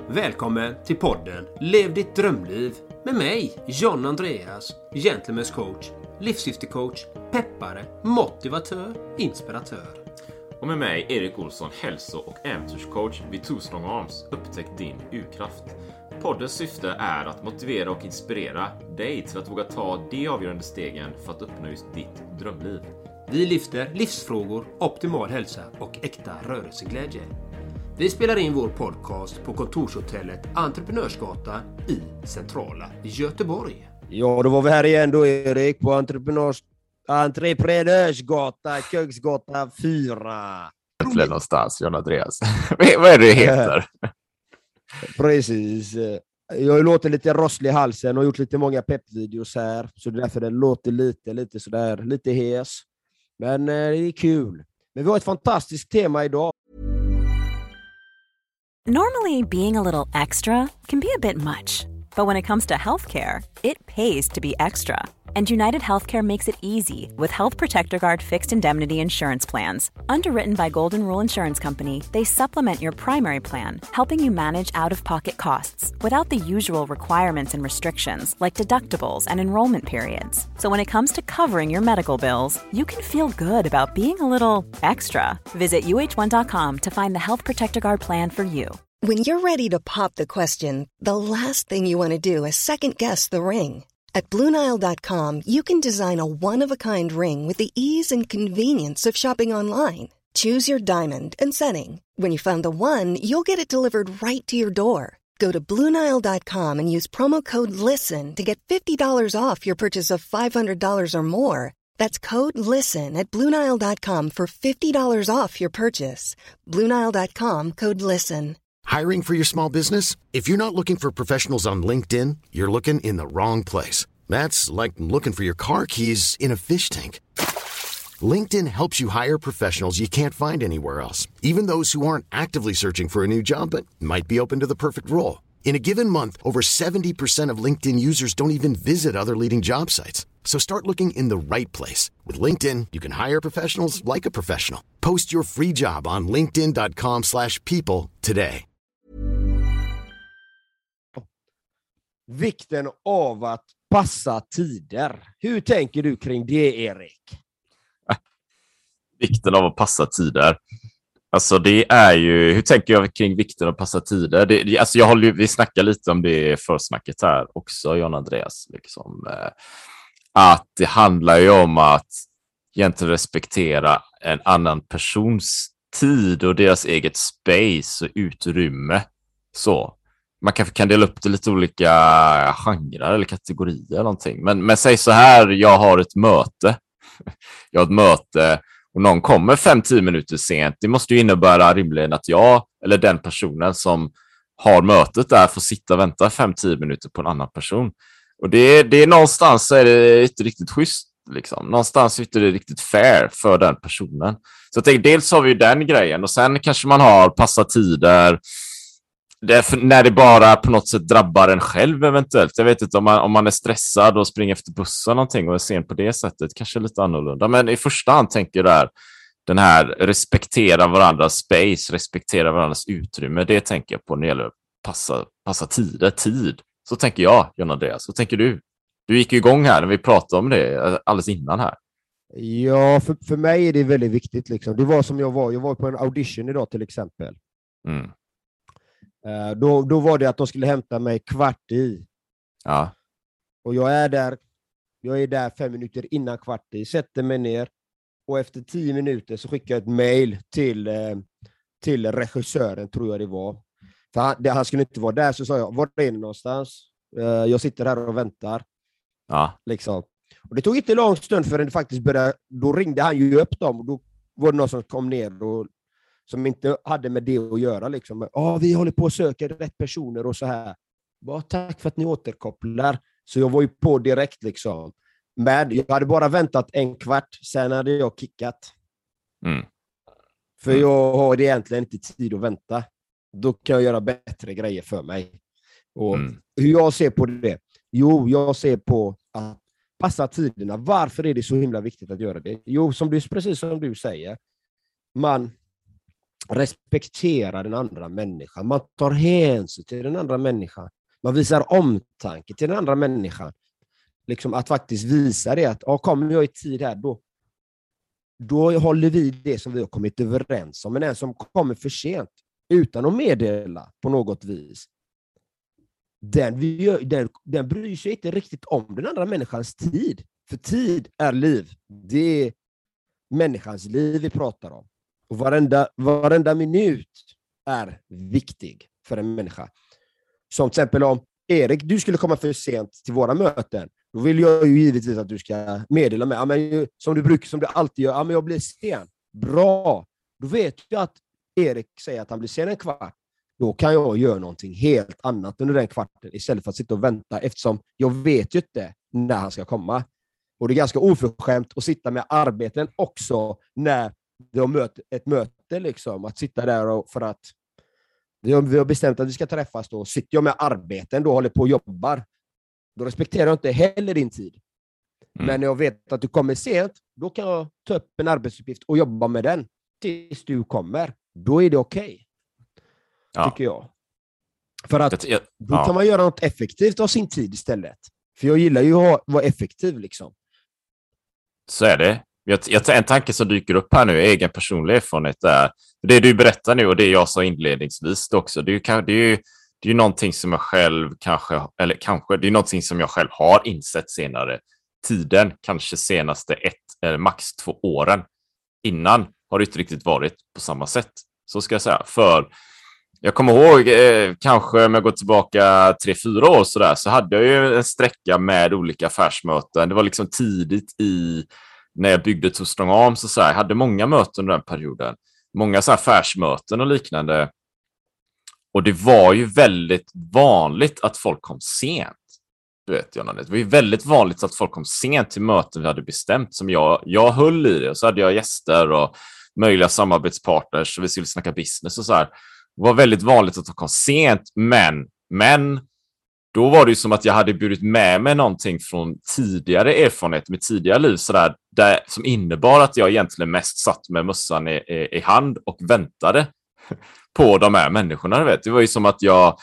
Välkommen till podden Lev ditt drömliv med mig, John Andreas, Gentlemen's coach, livssyftecoach, peppare, motivatör, inspiratör. Och med mig, Erik Olsson, hälso- och äventyrscoach vid Two Strong Arms. Upptäck din urkraft. Poddens syfte är att motivera och inspirera dig till att våga ta de avgörande stegen för att uppnå just ditt drömliv. Vi lyfter livsfrågor, optimal hälsa och äkta rörelseglädje. Vi spelar in vår podcast på kontorshotellet Entreprenörsgatan i centrala Göteborg. Ja, då var vi här igen då, Erik, på Entreprenörsgatan, Köksgatan 4. Eller någonstans, John Andreas. Vad är det heter? Precis. Jag har låtit lite rosslig i halsen och gjort lite många peppvideos här. Så det är därför det låter lite sådär, lite hes. Men det är kul. Men vi har ett fantastiskt tema idag. Normally, being a little extra can be a bit much. But when it comes to healthcare, it pays to be extra. And United Healthcare makes it easy with Health Protector Guard fixed indemnity insurance plans. Underwritten by Golden Rule Insurance Company, they supplement your primary plan, helping you manage out-of-pocket costs without the usual requirements and restrictions like deductibles and enrollment periods. So when it comes to covering your medical bills, you can feel good about being a little extra. Visit uh1.com to find the Health Protector Guard plan for you. When you're ready to pop the question, the last thing you want to do is second-guess the ring. At BlueNile.com, you can design a one-of-a-kind ring with the ease and convenience of shopping online. Choose your diamond and setting. When you find the one, you'll get it delivered right to your door. Go to BlueNile.com and use promo code LISTEN to get $50 off your purchase of $500 or more. That's code LISTEN at BlueNile.com for $50 off your purchase. BlueNile.com, code LISTEN. Hiring for your small business? If you're not looking for professionals on LinkedIn, you're looking in the wrong place. That's like looking for your car keys in a fish tank. LinkedIn helps you hire professionals you can't find anywhere else, even those who aren't actively searching for a new job but might be open to the perfect role. In a given month, over 70% of LinkedIn users don't even visit other leading job sites. So start looking in the right place. With LinkedIn, you can hire professionals like a professional. Post your free job on linkedin.com/people today. Vikten av att passa tider. Hur tänker du kring det, Erik? Vikten av att passa tider. Alltså det är ju, hur tänker jag kring vikten av att passa tider? Alltså vi snackar lite om det i försnacket här också, John Andreas. Liksom, att det handlar ju om att egentligen respektera en annan persons tid och deras eget space och utrymme. Så. Man kanske kan dela upp det lite olika genrer eller kategorier eller någonting. Men säg så här, jag har ett möte. Jag har ett möte och någon kommer 5-10 minuter sent. Det måste ju innebära rimligen att jag eller den personen som har mötet där får sitta och vänta 5-10 minuter på en annan person. Och det är någonstans så är det inte riktigt schysst. Liksom. Någonstans är det inte riktigt fair för den personen. Så jag tänker, dels har vi ju den grejen och sen kanske man har passat tider när det bara på något sätt drabbar en själv eventuellt. Jag vet inte om man är stressad och springer efter bussen någonting och är sen på det sättet. Kanske lite annorlunda. Men i första hand tänker jag den här respektera varandras space, respektera varandras utrymme. Det tänker jag på när det gäller passa tid. Så tänker jag, John Andreas. Så tänker du? Du gick ju igång här när vi pratade om det alldeles innan här. Ja, för mig är det väldigt viktigt. Liksom. Det var som jag var på en audition idag till exempel. Mm. Då var det att de skulle hämta mig 15:15. Ja. Och jag är där 5 minuter innan 15:15, sätter mig ner och efter 10 minuter så skickar jag ett mejl till regissören, tror jag det var. För han skulle inte vara där, så sa jag, var är ni någonstans? Jag sitter här och väntar. Ja. Liksom. Och det tog inte lång stund förrän det faktiskt började, då ringde han ju upp dem och då var det någon som kom ner och som inte hade med det att göra. Liksom. Vi håller på att söka rätt personer och så här. Bara tack för att ni återkopplar. Så jag var ju på direkt liksom. Men jag hade bara väntat 1 kvart. Sen hade jag kickat. Mm. För jag har egentligen inte tid att vänta. Då kan jag göra bättre grejer för mig. Och hur jag ser på det? Jo, jag ser på att passa tiderna. Varför är det så himla viktigt att göra det? Jo, precis som du säger. respekterar den andra människan. Man tar hänsyn till den andra människan. Man visar omtanke till den andra människan. Liksom att faktiskt visa det att kommer jag i tid här, då håller vi det som vi har kommit överens om. Men en som kommer för sent utan att meddela på något vis, den bryr sig inte riktigt om den andra människans tid. För tid är liv. Det är människans liv vi pratar om. Och varenda minut är viktig för en människa. Som till exempel om Erik, du skulle komma för sent till våra möten. Då vill jag ju givetvis att du ska meddela mig. Ja, men, som du alltid gör. Ja, men jag blir sen. Bra. Då vet jag att Erik säger att han blir sen en kvart. Då kan jag göra någonting helt annat under den kvarten istället för att sitta och vänta, eftersom jag vet ju inte när han ska komma. Och det är ganska oförskämt att sitta med arbeten också när vi har ett möte. Liksom. Att sitta där och för att vi har bestämt att vi ska träffas då. Sitter jag med arbeten då, håller på och jobbar, då respekterar jag inte heller din tid. Men när jag vet att du kommer sent, då kan jag ta upp en arbetsuppgift och jobba med den tills du kommer. Då är det okej. Tycker jag. För att då kan man göra något effektivt av sin tid istället. För jag gillar ju att vara effektiv liksom. Så är det. En tanke som dyker upp här nu, egen personlig erfarenhet är det du berättar nu och det jag sa inledningsvis också. Det är ju någonting som jag själv det är någonting som jag själv har insett senare tiden, kanske senaste 1 eller max 2 åren. Innan har det inte riktigt varit på samma sätt. Så ska jag säga. För jag kommer ihåg, kanske om jag går tillbaka 3-4 år så hade jag ju en sträcka med olika affärsmöten. Det var liksom tidigt när jag byggde Too Strong Arms jag hade många möten under den perioden. Många så här affärsmöten och liknande. Och det var ju väldigt vanligt att folk kom sent. Du vet, Jonna, det var ju väldigt vanligt att folk kom sent till möten vi hade bestämt som jag höll i det. Och så hade jag gäster och möjliga samarbetspartners och vi skulle snacka business och så här. Det var väldigt vanligt att de kom sent, men då var det ju som att jag hade burit med mig någonting från tidigare erfarenhet med tidigare liv som innebar att jag egentligen mest satt med mössan i hand och väntade på de här människorna. Du vet. Det var ju som att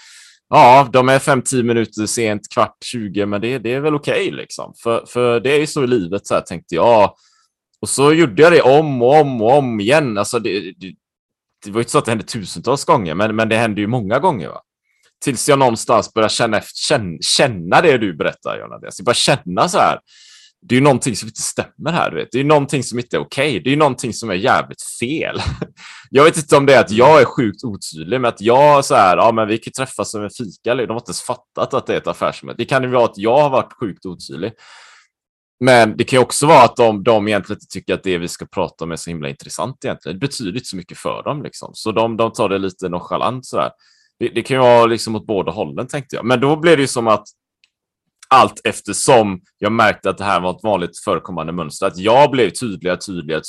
de är 5-10 minuter sent, 15-20, men det är väl okej liksom. För det är ju så i livet, så här tänkte jag. Och så gjorde jag det om och om igen. Alltså det var ju inte så att det hände tusentals gånger, men det hände ju många gånger, va? Tills jag någonstans börjar känna det du berättar, Jonna. Jag börjar känna så här. Det är ju någonting som inte stämmer här, du vet. Det är någonting som inte är okej. Det är ju någonting som är jävligt fel. Jag vet inte om det är att jag är sjukt otydlig, men att jag så här, men vi kan träffas som en fika. De har inte ens fattat att det är ett affärsmöte. Det kan ju vara att jag har varit sjukt otydlig. Men det kan ju också vara att de egentligen inte tycker att det vi ska prata om är så himla intressant egentligen. Det betyder inte så mycket för dem liksom. Så de tar det lite nonchalant sådär. Det kan ju vara liksom åt båda hållen, tänkte jag. Men då blev det ju som att allt eftersom jag märkte att det här var ett vanligt förekommande mönster, att jag blev tydligare.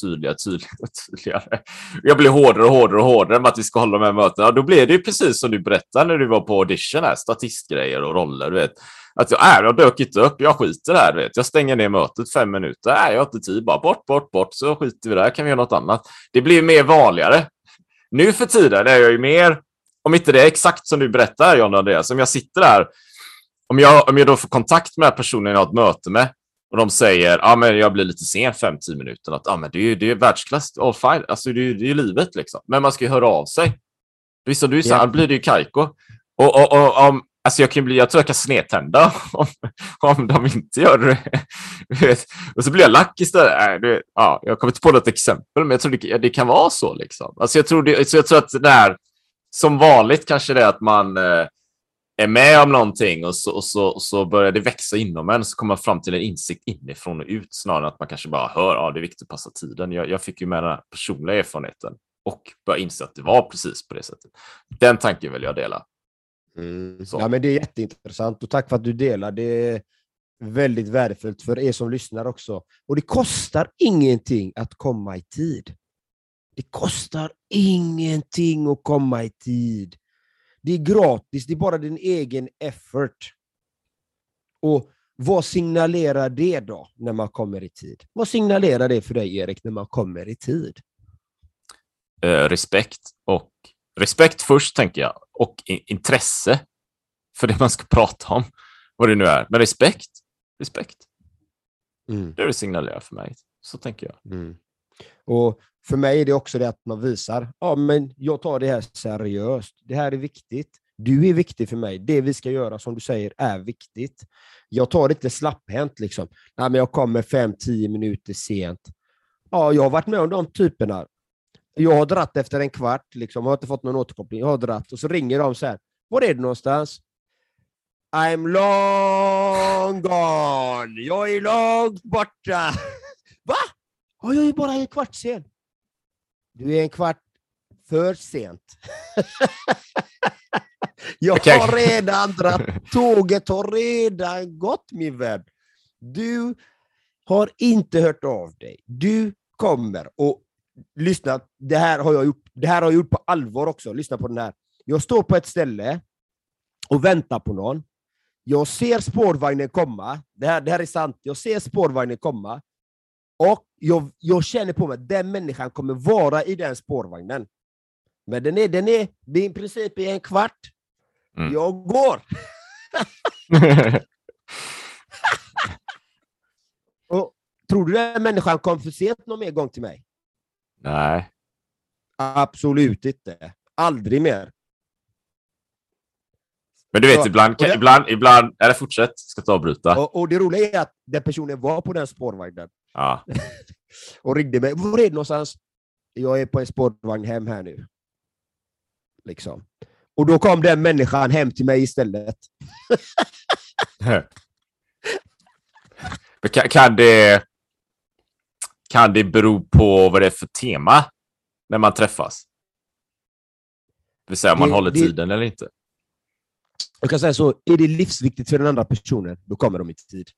Jag blev hårdare med att vi ska hålla de här mötena. Då blev det ju precis som du berättade när du var på audition här, statistgrejer och roller, du vet. Att jag dök inte upp, jag skiter där, vet. Jag stänger ner mötet 5 minuter. Jag har inte tid, bara bort, så skiter vi där, kan vi göra något annat. Det blir mer vanligare. Nu för tiden är jag ju mer, om inte det är exakt som du berättar, John och Andreas, om jag sitter där, om jag då får kontakt med den personen jag har ett möte med, och de säger, men jag blir lite sen 5-10 minuter, att men det är världsklass, all fine, alltså det är ju livet liksom. Men man ska ju höra av sig. Det är så du säger, blir det ju kajko. Och alltså jag tror jag kan snedtända om de inte gör det. Och så blir jag lack istället. Jag kommer inte på något exempel, men jag tror det kan vara så liksom. Alltså jag tror att det där som vanligt kanske det är att man är med om någonting och så börjar det växa inom en, så kommer man fram till en insikt inifrån och ut, snarare än att man kanske bara hör, det är viktigt att passa tiden. Jag fick ju med den här personliga erfarenheten och började inse att det var precis på det sättet. Den tanken vill jag dela. Ja, men det är jätteintressant och tack för att du delar. Det är väldigt värdefullt för er som lyssnar också. Och det kostar ingenting att komma i tid. Det kostar ingenting att komma i tid. Det är gratis, det är bara din egen effort. Och vad signalerar det då när man kommer i tid? Vad signalerar det för dig, Erik, när man kommer i tid? respekt. Och respekt först, tänker jag. Och intresse för det man ska prata om. Vad det nu är. Men respekt. Det är det signalerar för mig. Så tänker jag. Och för mig är det också det att man visar, ja men jag tar det här seriöst. Det här är viktigt. Du är viktig för mig. Det vi ska göra, som du säger, är viktigt. Jag tar det inte slapphänt liksom. Nej, men jag kommer 5-10 minuter sent. Ja, jag har varit med om de typerna. Jag har dratt efter en kvart, liksom. Jag har inte fått någon återkoppling. Jag har dratt och så ringer de så här. Var är du någonstans? I'm long gone. Jag är långt borta. Va? Ja, jag är bara en kvart sen. Du är en kvart för sent. Jag har redan dratt. Tåget har redan gått, min vän. Du har inte hört av dig. Du kommer och lyssna. Det här har jag gjort på allvar också. Lyssna på den här. Jag står på ett ställe och väntar på någon. Jag ser spårvagnen komma. Det här är sant. Jag ser spårvagnen komma. Och jag känner på mig att den människan kommer vara i den spårvagnen. Men den är i princip i en kvart. Jag går. Och tror du den människan kommer för sent någon mer gång till mig? Nej. Absolut inte. Aldrig mer. Men du vet, ibland är det fortsätt. Ska ta avbryta. Och det roliga är att den personen var på den spårvagnen. Ja. Och ringde mig. Var är du någonstans? Jag är på en spårvagn hem här nu. Liksom. Och då kom den människan hem till mig istället. Kan det bero på vad det är för tema när man träffas? Det vill säga om man håller tiden eller inte. Jag kan säga så, är det livsviktigt för den andra personen, då kommer de i tid.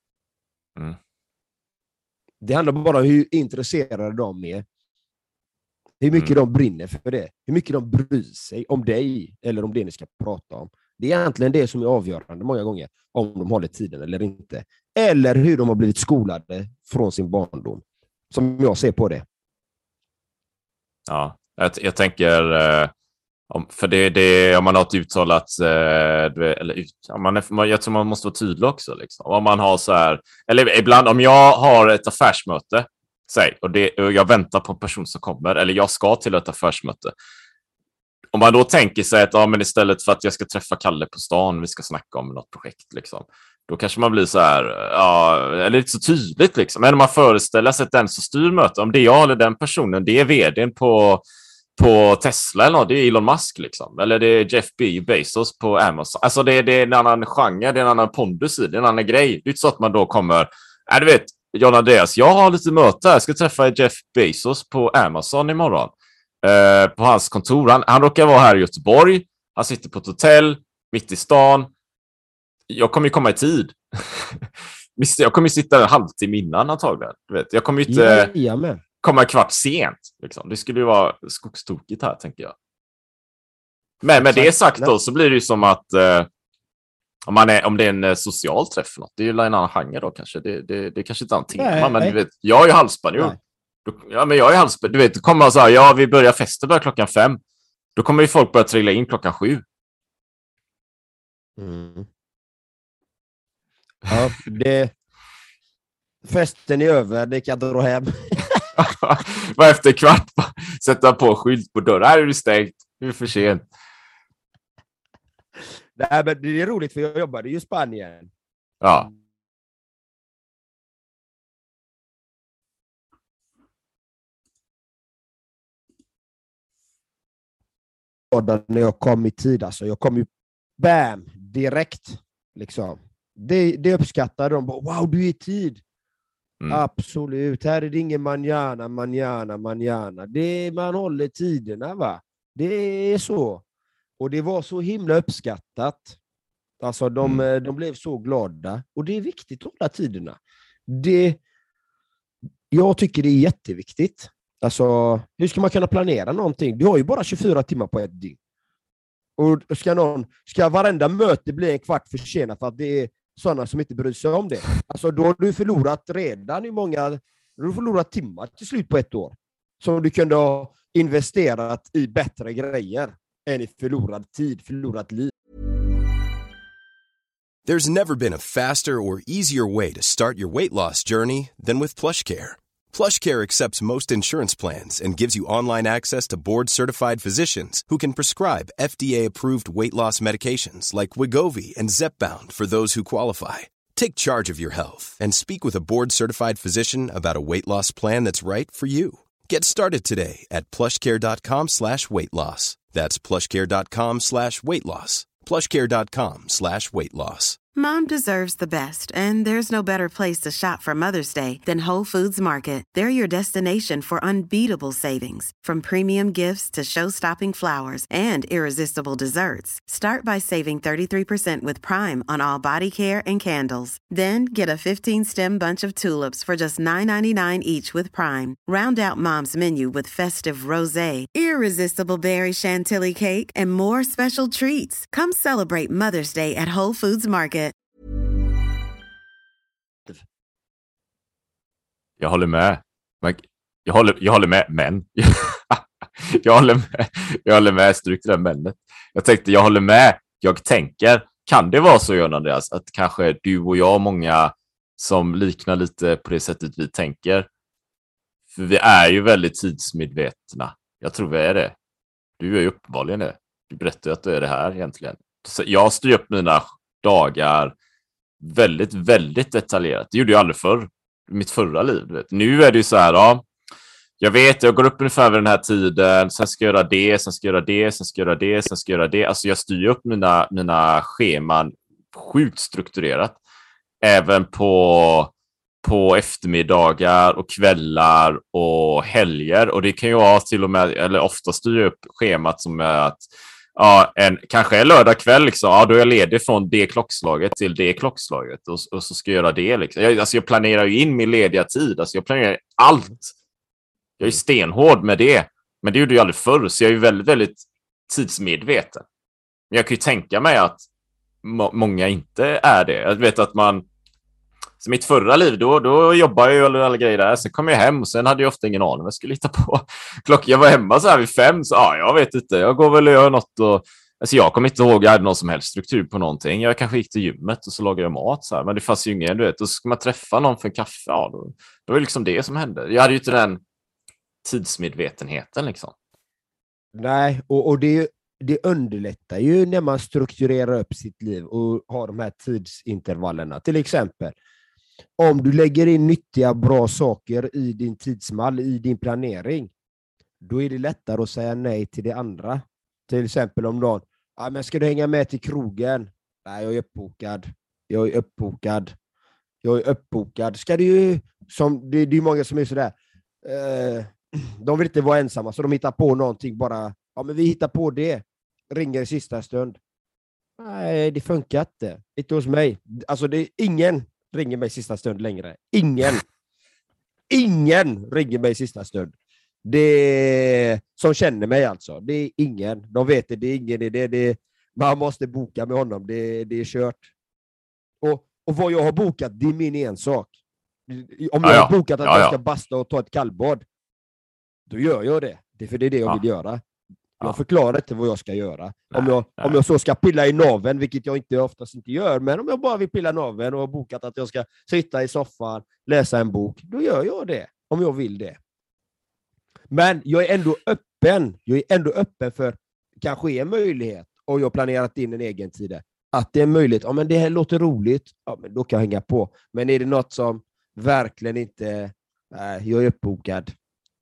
Det handlar bara om hur intresserade de är. Hur mycket de brinner för det. Hur mycket de bryr sig om dig eller om det ni ska prata om. Det är egentligen det som är avgörande många gånger. Om de håller tiden eller inte. Eller hur de har blivit skolade från sin barndom. Som jag ser på det. Ja, jag tänker... För det om man har ett uttalat... jag tror man måste vara tydlig också. Liksom. Om man har så här... Eller ibland om jag har ett affärsmöte... och jag väntar på en person som kommer, eller jag ska till ett affärsmöte. Om man då tänker sig att men istället för att jag ska träffa Kalle på stan, vi ska snacka om något projekt, liksom, då kanske man blir så här, eller inte så tydligt. Liksom. Men om man föreställer sig att den som styr mötet, om det är jag eller den personen, det är vdn på Tesla eller något, det är Elon Musk. Liksom. Eller det är Jeff Bezos på Amazon. Alltså det är en annan genre, det är en annan pondus i, det är en annan grej. Det är inte så att man då kommer, du vet, John Andreas, jag har lite möte här. Jag ska träffa Jeff Bezos på Amazon imorgon. På hans kontor. Han råkar vara här i Göteborg. Han sitter på ett hotell mitt i stan. Jag kommer ju komma i tid. Jag kommer ju sitta en halvtimme innan antagligen. Du vet. Jag kommer ju inte komma en kvart sent. Liksom. Det skulle ju vara skogstokigt här, tänker jag. Men med det sagt då, så blir det ju som att om det är en social träff, något, det är ju en annan genre då kanske. Det kanske inte är en tema, men du vet, jag är ju halvspanjor. Ja, men jag är halvspanjor. Du vet, det kommer så här, vi börjar festen börjar 5:00. Då kommer ju folk börja trilla in 7:00. Ja, festen är över, det kan dra hem. Var efter kvart sätta på skylt på dörren. Här är det stängt, det är för sent. Nej, men det är roligt för jag jobbade ju i Spanien. Ja. När jag kom i tid, alltså. Jag kom ju direkt. Liksom. Det uppskattade de. Wow, du är i tid. Absolut. Här är det ingen manjana. Man håller tiderna, va? Det är så. Och det var så himla uppskattat. Alltså de blev så glada. Och det är viktigt att hålla tiderna. Jag tycker det är jätteviktigt. Alltså, hur ska man kunna planera någonting? Du har ju bara 24 timmar på ett dygn. Och ska varenda möte bli en kvart försenat för att det är sådana som inte bryr sig om det. Alltså då har du förlorat redan du har förlorat timmar till slut på ett år. Som du kunde ha investerat i bättre grejer än i förlorad tid, förlorat liv. There's never been a faster or easier way to start your weight loss journey than with PlushCare. PlushCare accepts most insurance plans and gives you online access to board-certified physicians who can prescribe FDA-approved weight loss medications like Wegovy and Zepbound for those who qualify. Take charge of your health and speak with a board-certified physician about a weight loss plan that's right for you. Get started today at plushcare.com/weightloss. That's plushcare.com/weightloss. plushcare.com/weightloss. Mom deserves the best, and there's no better place to shop for Mother's Day than Whole Foods Market. They're your destination for unbeatable savings, from premium gifts to show-stopping flowers and irresistible desserts. Start by saving 33% with Prime on all body care and candles. Then get a 15-stem bunch of tulips for just $9.99 each with Prime. Round out Mom's menu with festive rosé, irresistible berry chantilly cake, and more special treats. Come celebrate Mother's Day at Whole Foods Market. Jag håller med. Jag håller med, men jag håller med strukturellt männet. Jag tänkte, jag håller med. Jag tänker, kan det vara så, John Andreas, att kanske du och jag, många som liknar lite på det sättet vi tänker. För vi är ju väldigt tidsmedvetna. Jag tror vi är det. Du är ju uppenbarligen det. Du berättar att du är det här egentligen. Så jag styr upp mina dagar väldigt, väldigt detaljerat. Det gjorde jag aldrig förr. Mitt förra liv, du vet. Nu är det ju så här, ja. Jag vet, jag går upp ungefär vid den här tiden. Sen ska jag göra det, sen ska jag göra det, sen ska jag göra det, sen ska jag göra det. Alltså jag styr upp mina scheman sjukt strukturerat. Även på eftermiddagar och kvällar och helger. Och det kan ju vara till och med, eller ofta styr jag upp schemat som är att kanske en lördag kväll liksom, då är jag ledig från det klockslaget till det klockslaget och så ska jag göra det liksom. Jag planerar ju in min lediga tid, alltså jag planerar allt. Jag är stenhård med det, men det gjorde jag aldrig förr, så jag är ju väldigt, väldigt tidsmedveten. Men jag kan ju tänka mig att många inte är det. Jag vet att så mitt förra liv, då jobbade jag ju alla grejer där. Sen kom jag hem och sen hade jag ofta ingen aning vad jag skulle hitta på. Jag var hemma så här vid 5, så jag vet inte. Jag går väl och gör något. Alltså jag kommer inte ihåg, jag hade någon som helst struktur på någonting. Jag kanske gick till gymmet och så lagade jag mat så här. Men det fanns ju ingen, du vet. Och så ska man träffa någon för en kaffe. Ja, då var det liksom det som hände. Jag hade ju inte den tidsmedvetenheten liksom. Nej, och det underlättar ju när man strukturerar upp sitt liv och har de här tidsintervallerna. Till exempel, om du lägger in nyttiga, bra saker i din tidsmall, i din planering, då är det lättare att säga nej till det andra. Till exempel om någon, men ska du hänga med till krogen? Nej, jag är uppbokad. Ska du ju, det är ju många som är sådär, de vill inte vara ensamma, så de hittar på någonting bara, men vi hittar på det, ringer i sista stund. Nej, det funkar inte hos mig. Alltså det är ingen ringer mig sista stund längre. Ingen ringer mig sista stund. Det som känner mig alltså. Det är ingen. De vet det är ingen idé. Man måste boka med honom. Det är kört. Och vad jag har bokat, det är min ensak. Om jag har bokat att jag ska basta och ta ett kallbad, då gör jag det. Det är för det är det jag vill göra. Jag förklarar inte vad jag ska göra. Om jag så ska pilla i naveln, vilket jag oftast inte gör, men om jag bara vill pilla naveln och har bokat att jag ska sitta i soffan, läsa en bok, då gör jag det. Om jag vill det. Men jag är ändå öppen. För kanske är en möjlighet, och jag har planerat in en egen tid, att det är möjligt. Men det här låter roligt. Men då kan jag hänga på. Men är det något som verkligen inte... Nej, jag är uppbokad.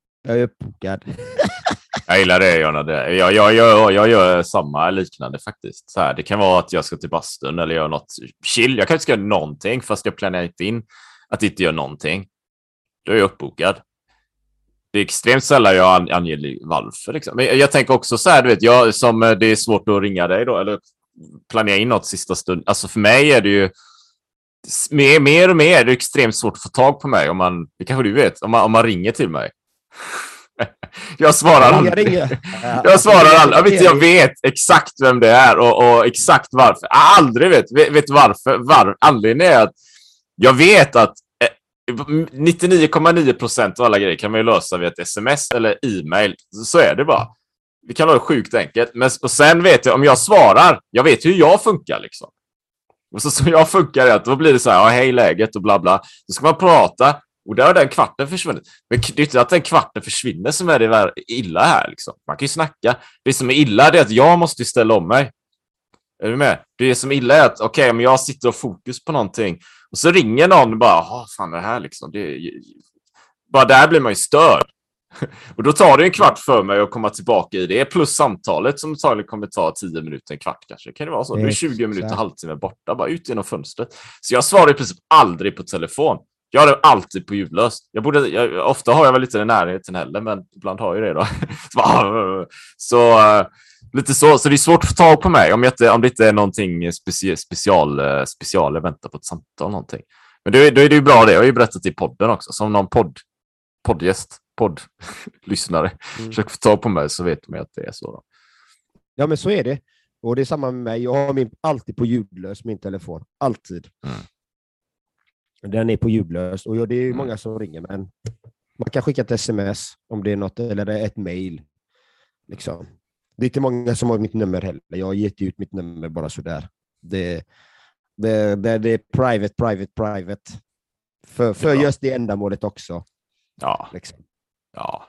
Jag gillar det, Jonna. Jag gör samma liknande faktiskt. Så här, det kan vara att jag ska till bastun eller göra något chill. Jag kanske ska göra någonting, fast jag planerar inte in att inte göra någonting. Då är jag uppbokad. Det är extremt sällan jag anger varför. Liksom. Men jag tänker också så här, du vet, det är svårt att ringa dig då, eller planera in något sista stund. Alltså för mig är det ju mer och mer, det är extremt svårt att få tag på mig. Det kanske du vet, om man ringer till mig. Jag svarar aldrig. Jag vet exakt vem det är och exakt varför. Jag aldrig vet varför. Anledningen är att jag vet att 99,9% av alla grejer kan man ju lösa via ett sms eller e-mail. Så är det bara. Vi kan ha det sjukt enkelt. Och sen vet jag, om jag svarar, jag vet hur jag funkar liksom. Och så som jag funkar är att då blir det så här, ja, hej läget och bla bla. Då ska man prata och där har den kvarten försvunnit. Men det är inte att den kvarten försvinner som är det illa här liksom. Man kan ju snacka. Det som är illa är att jag måste ställa om mig. Är du med? Det som är illa är att okej, om jag sitter och fokus på någonting och så ringer någon och bara, fan det här liksom. Bara där blir man ju störd. Och då tar det en kvart för mig att komma tillbaka i det. Plus samtalet som kommer ta 10 minuter, en kvart kanske. Kan det vara så? Det är 20 minuter, halvtimme borta. Bara ut genom fönstret. Så jag svarar i princip aldrig på telefon. Jag har det alltid på ljudlöst. Ofta har jag väl lite i närheten heller, men ibland har jag det då. Så lite så det är svårt att få tag på mig om det inte är någonting special väntar på ett samtal någonting. Men då är det ju bra det. Jag har ju berättat i podden också som någon poddlyssnare försöker få tag på mig så vet man att det är så då. Ja, men så är det. Och det är samma med mig. Jag har alltid på ljudlös min telefon. Alltid. Den är på ljudlös. Och det är ju många som ringer, men man kan skicka ett sms om det är något, eller ett mejl. Liksom. Det är inte många som har mitt nummer heller. Jag har gett ut mitt nummer bara sådär. Det är private. För just det ändamålet också. Ja. Liksom. Ja.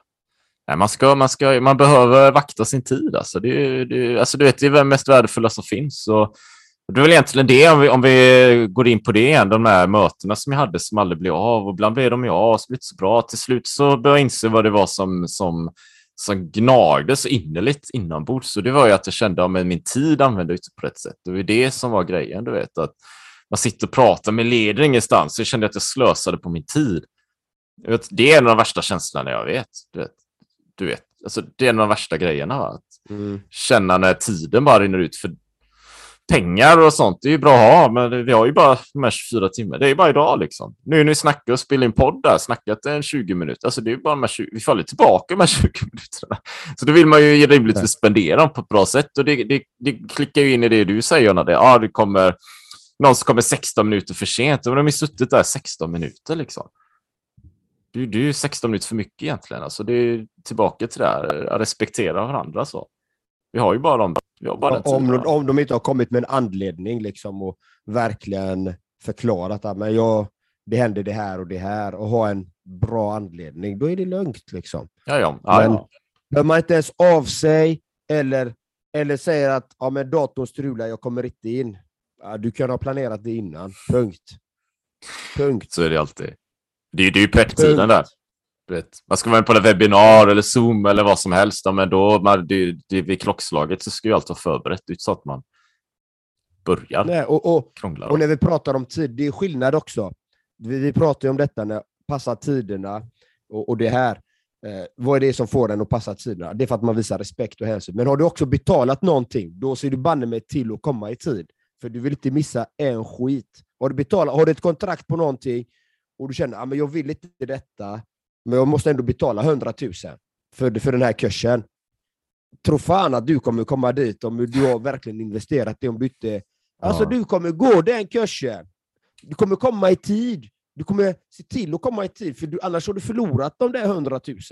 Nej, man behöver vakta sin tid. Alltså. Alltså, du vet, det är det mest värdefulla som finns. Och det är väl egentligen det, om vi går in på det igen, de här mötena som jag hade som aldrig blev av. Och ibland blev de ju av, så blev det så bra. Till slut så började jag inse vad det var som gnagde så innerligt inombords. Så det var ju att jag kände att min tid använde ut på rätt sätt. Det var det som var grejen, du vet. Att man sitter och pratar med leder ingenstans. Så jag kände att jag slösade på min tid. Det är en av de värsta känslorna jag vet. Du vet. Alltså, det är en av de värsta grejerna. Va? Att känna när tiden bara rinner ut för pengar och sånt. Det är ju bra att ha, men vi har ju bara de här 24 timmar. Det är ju bara idag liksom. Nu när vi snackar och spelar in podd där, snackat en 20 minuter. Alltså det är ju bara de här 20, vi faller tillbaka de här 20 minuterna. Så då vill man ju rimligtvis spendera dem på ett bra sätt. Och det klickar ju in i det du säger, Jonna. Det kommer någon som kommer 16 minuter för sent. Och de har ju suttit där 16 minuter liksom. Det är ju 16 minuter för mycket egentligen. Alltså det är tillbaka till det här. Att respektera varandra så. Vi har ju bara dem. Om de inte har kommit med en anledning liksom, och verkligen förklarat att det händer det här och ha en bra anledning, då är det lugnt liksom. Men hör man inte ens av sig eller säger att men datorn strular, jag kommer inte in. Du kan ha planerat det innan. Punkt. Så är det alltid. Det är ju prep-tiden där. Man ska vara på en webbinar eller Zoom eller vad som helst. Men då, vid klockslaget så ska ju allt vara förberett. Det är så att man börjar. Nej, och när vi pratar om tid, det är skillnad också. Vi pratar ju om detta när passar tiderna och det här. Vad är det som får den att passa tiderna? Det är för att man visar respekt och hänsyn. Men har du också betalat någonting, då ser du banne mig till att komma i tid. För du vill inte missa en skit. Har du ett kontrakt på någonting och du känner att jag vill inte detta, men jag måste ändå betala 100 000 för den här kursen. Tro fan att du kommer komma dit om du har verkligen investerat det. Om du inte, alltså du kommer gå den kursen. Du kommer komma i tid. Du kommer se till att komma i tid, för annars har du förlorat de där 100 000.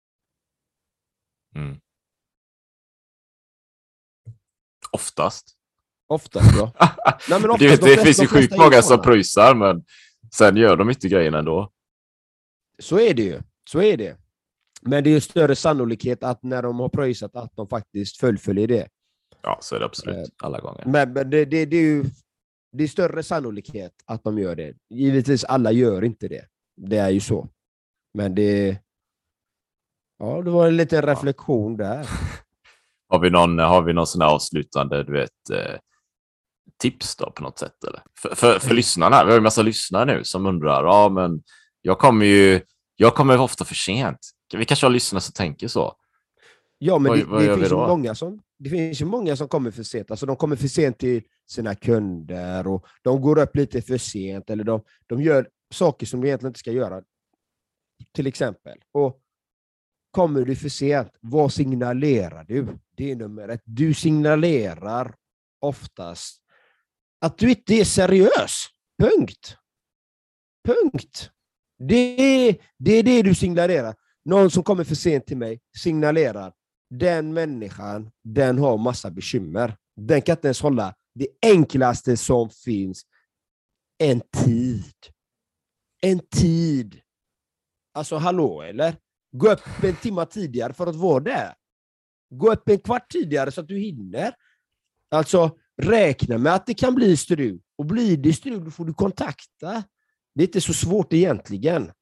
Oftast, ja. Nej, men det finns ju sjukt många som pröjsar, men sen gör de inte grejerna ändå. Så är det ju. Men det är ju större sannolikhet att när de har pröjsat att de faktiskt fullföljer det. Ja, så är det absolut alla gånger. Men det är större sannolikhet att de gör det. Givetvis alla gör inte det. Det är ju så. Men det var en liten reflektion där. Har vi någon sån här avslutande, du vet, tips då på något sätt eller? För lyssnarna, vi har ju en massa lyssnare nu som undrar, men jag kommer ofta för sent. Vi kanske har lyssnare som tänker så. Ja, men det finns ju många som kommer för sent. Alltså de kommer för sent till sina kunder och de går upp lite för sent, eller de gör saker som de egentligen inte ska göra. Till exempel. Och kommer du för sent, vad signalerar du? Det är nummer 1. Du signalerar oftast att du inte är seriös. Punkt. Det är det du signalerar. Någon som kommer för sent till mig signalerar. Den människan, den har massa bekymmer. Den kan inte ens hålla det enklaste som finns. En tid. En tid. Alltså hallå eller? Gå upp en timme tidigare för att vara där. Gå upp en kvart tidigare så att du hinner. Alltså räkna med att det kan bli strul. Och blir det strul då får du kontakta. Det är inte så svårt egentligen.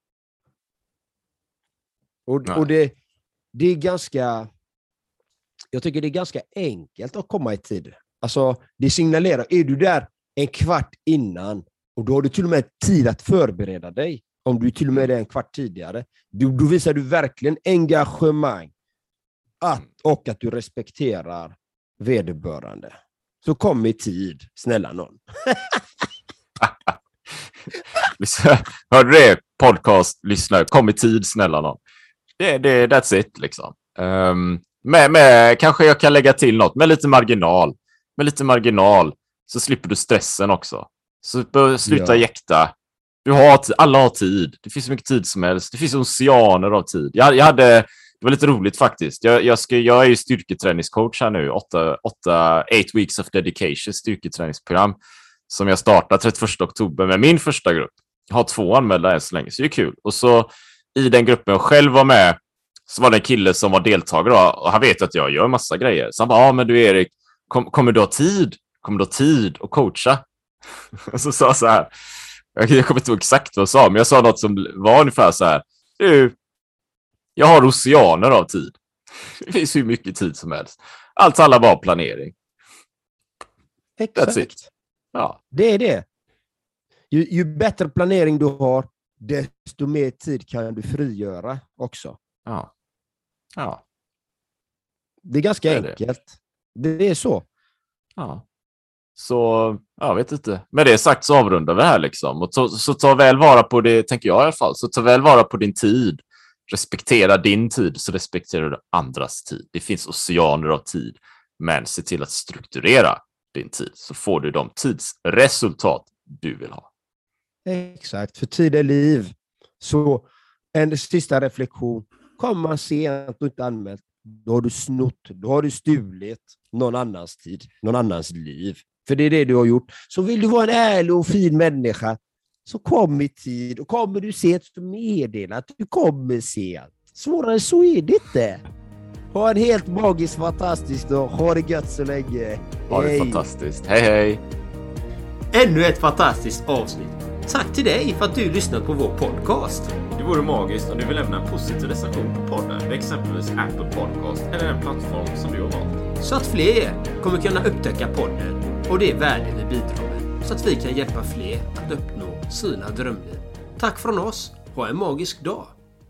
Och det är ganska... Jag tycker det är ganska enkelt att komma i tid. Alltså det signalerar, är du där en kvart innan och då har du till och med tid att förbereda dig. Om du till och med är en kvart tidigare. Då visar du verkligen engagemang. Och att du respekterar vederbörande. Så kom i tid, snälla någon. Hörde du det? Podcast, lyssnare. Kom i tid, snälla någon. That's it liksom. Med kanske jag kan lägga till något. Med lite marginal. Så slipper du stressen också. Så sluta jäkta. Alla har tid. Det finns så mycket tid som helst. Det finns oceaner av tid. Det var lite roligt faktiskt. Jag är ju styrketräningscoach här nu. 8 weeks of dedication styrketräningsprogram som jag startar 31 oktober med min första grupp. Jag har 2 anmälda än så länge, så det är kul. Och så i den gruppen jag själv var med så var det en kille som var deltagare och han vet att jag gör massa grejer. Så han bara, men du Erik, kommer du ha tid? Kommer du ha tid att coacha? Och så sa jag så här, jag kommer inte ihåg exakt vad jag sa, men jag sa något som var ungefär så här, jag har oceaner av tid. Det finns hur mycket tid som helst. Allt handlar bara om planering. Exakt. That's it. Ja. Det är det. Ju bättre planering du har, desto mer tid kan du frigöra också. Ja. Det är ganska enkelt. Det är så. Ja. Så, jag vet inte. Med det sagt så avrundar vi här liksom. Och så ta väl vara på det, tänker jag i alla fall. Så ta väl vara på din tid. Respektera din tid, så respekterar du andras tid. Det finns oceaner av tid. Men se till att strukturera din tid. Så får du de tidsresultat du vill ha. Exakt, för tid är liv. Så en sista reflektion. Kommer man sent och inte anmält, då har du snott, då har du stulit någon annans tid, någon annans liv. För det är det du har gjort. Så vill du vara en ärlig och fin människa, så kom i tid. Och kommer du sent, så meddela att du kommer sent. Svårare så är det inte. Ha en helt magisk, fantastisk dag. Ha det gött så länge. Ha det fantastiskt. Hej. Ännu ett fantastiskt avsnitt. Tack till dig för att du lyssnat på vår podcast. Det vore magiskt om du vill lämna en positiv recension på podden med exempelvis Apple Podcast eller en plattform som du har valt. Så att fler kommer kunna upptäcka podden och det värde vi bidrar med. Så att vi kan hjälpa fler att uppnå sina drömliv. Tack från oss. Ha en magisk dag.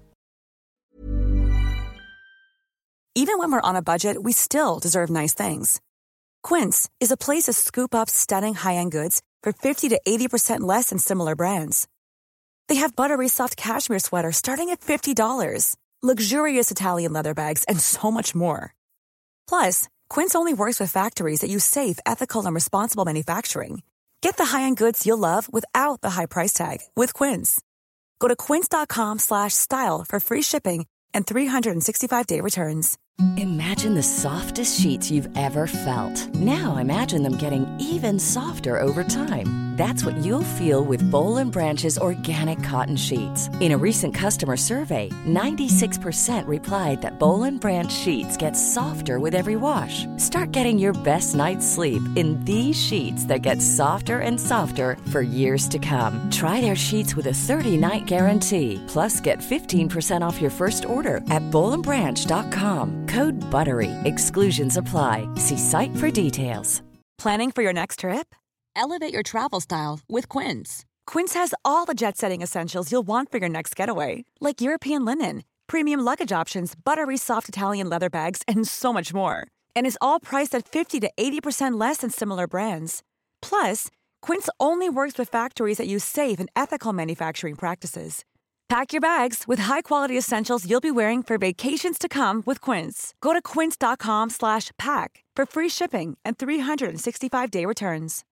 Even when we're on a budget, we still deserve nice things. Quince is a place to scoop up stunning high-end goods for 50 to 80% less than similar brands. They have buttery soft cashmere sweaters starting at $50, luxurious Italian leather bags, and so much more. Plus, Quince only works with factories that use safe, ethical, and responsible manufacturing. Get the high-end goods you'll love without the high price tag with Quince. Go to quince.com/style for free shipping and 365-day returns. Imagine the softest sheets you've ever felt. Now imagine them getting even softer over time. That's what you'll feel with Boll & Branch's organic cotton sheets. In a recent customer survey, 96% replied that Boll & Branch sheets get softer with every wash. Start getting your best night's sleep in these sheets that get softer and softer for years to come. Try their sheets with a 30-night guarantee. Plus, get 15% off your first order at bollandbranch.com. Code BUTTERY. Exclusions apply. See site for details. Planning for your next trip? Elevate your travel style with Quince. Quince has all the jet-setting essentials you'll want for your next getaway, like European linen, premium luggage options, buttery soft Italian leather bags, and so much more. And is all priced at 50 to 80% less than similar brands. Plus, Quince only works with factories that use safe and ethical manufacturing practices. Pack your bags with high-quality essentials you'll be wearing for vacations to come with Quince. Go to quince.com/pack for free shipping and 365-day returns.